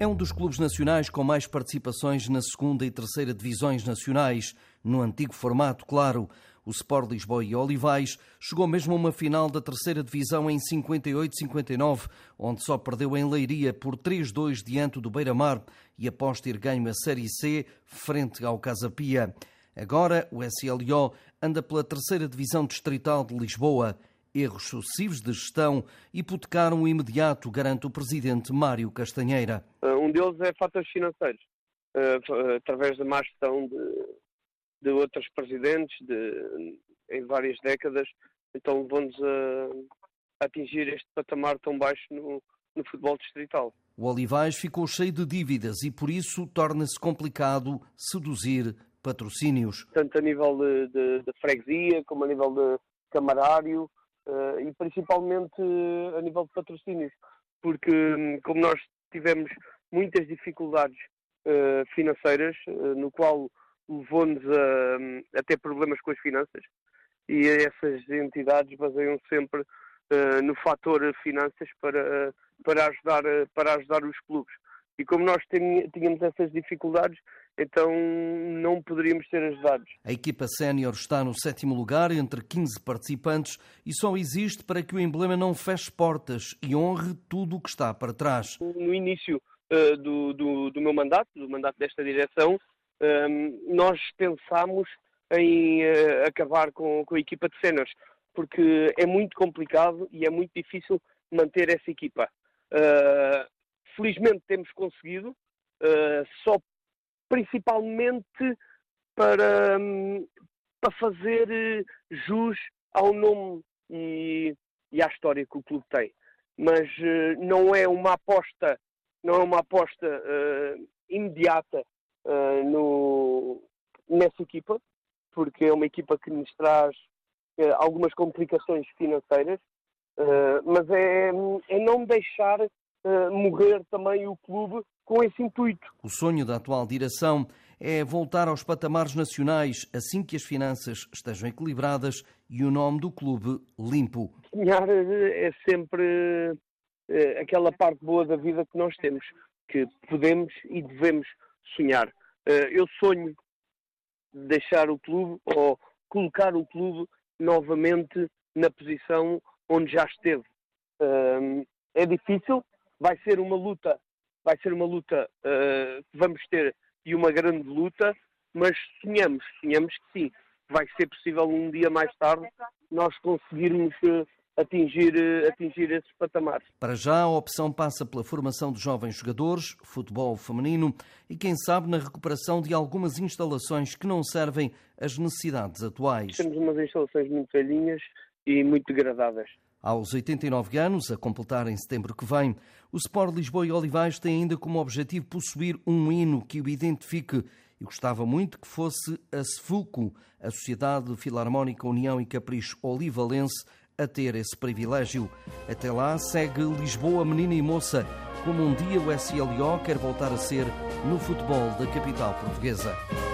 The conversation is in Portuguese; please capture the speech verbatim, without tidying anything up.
É um dos clubes nacionais com mais participações na segunda e terceira divisões nacionais, no antigo formato, claro. O Sport Lisboa e Olivais chegou mesmo a uma final da terceira divisão em cinquenta e oito cinquenta e nove, onde só perdeu em Leiria por três a dois diante do Beira-Mar e após ter ganho a Série C frente ao Casa Pia. Agora o S L O anda pela terceira divisão distrital de Lisboa. Erros sucessivos de gestão hipotecaram o imediato, garante o presidente Mário Castanheira. Um deles é fatores financeiros, através da má gestão de, de outros presidentes de, em várias décadas, então levou-nos a, a atingir este patamar tão baixo no, no futebol distrital. O Olivais ficou cheio de dívidas e por isso torna-se complicado seduzir patrocínios. Tanto a nível de, de, de freguesia como a nível de camarário, Uh, e principalmente uh, a nível de patrocínios, porque um, como nós tivemos muitas dificuldades uh, financeiras, uh, no qual levou-nos a, um, a ter problemas com as finanças, e essas entidades baseiam sempre uh, no fator finanças para, uh, para, ajudar, uh, para ajudar os clubes. E como nós tínhamos essas dificuldades, então não poderíamos ser ajudados. A equipa sénior está no sétimo lugar entre quinze participantes e só existe para que o emblema não feche portas e honre tudo o que está para trás. No início uh, do, do, do meu mandato, do mandato desta direção, um, nós pensámos em uh, acabar com, com a equipa de séniores, porque é muito complicado e é muito difícil manter essa equipa. Uh, felizmente temos conseguido, uh, só principalmente para, para fazer jus ao nome e, e à história que o clube tem. Mas uh, não é uma aposta, não é uma aposta uh, imediata uh, no, nessa equipa, porque é uma equipa que nos traz uh, algumas complicações financeiras, uh, mas é, é não deixar uh, morrer também o clube com esse intuito. O sonho da atual direção é voltar aos patamares nacionais assim que as finanças estejam equilibradas e o nome do clube limpo. Sonhar é sempre é, aquela parte boa da vida que nós temos, que podemos e devemos sonhar. Eu sonho deixar o clube ou colocar o clube novamente na posição onde já esteve. É difícil, vai ser uma luta Vai ser uma luta uh, que vamos ter e uma grande luta, mas sonhamos, sonhamos que sim, vai ser possível um dia mais tarde nós conseguirmos uh, atingir, uh, atingir esses patamares. Para já a opção passa pela formação de jovens jogadores, futebol feminino e quem sabe na recuperação de algumas instalações que não servem às necessidades atuais. Temos umas instalações muito velhinhas e muito degradadas. Aos oitenta e nove anos, a completar em setembro que vem, o Sport Lisboa e Olivais tem ainda como objetivo possuir um hino que o identifique e gostava muito que fosse a SFUCO, a Sociedade Filarmónica União e Capricho Olivalense, a ter esse privilégio. Até lá segue Lisboa Menina e Moça, como um dia o S L O quer voltar a ser no futebol da capital portuguesa.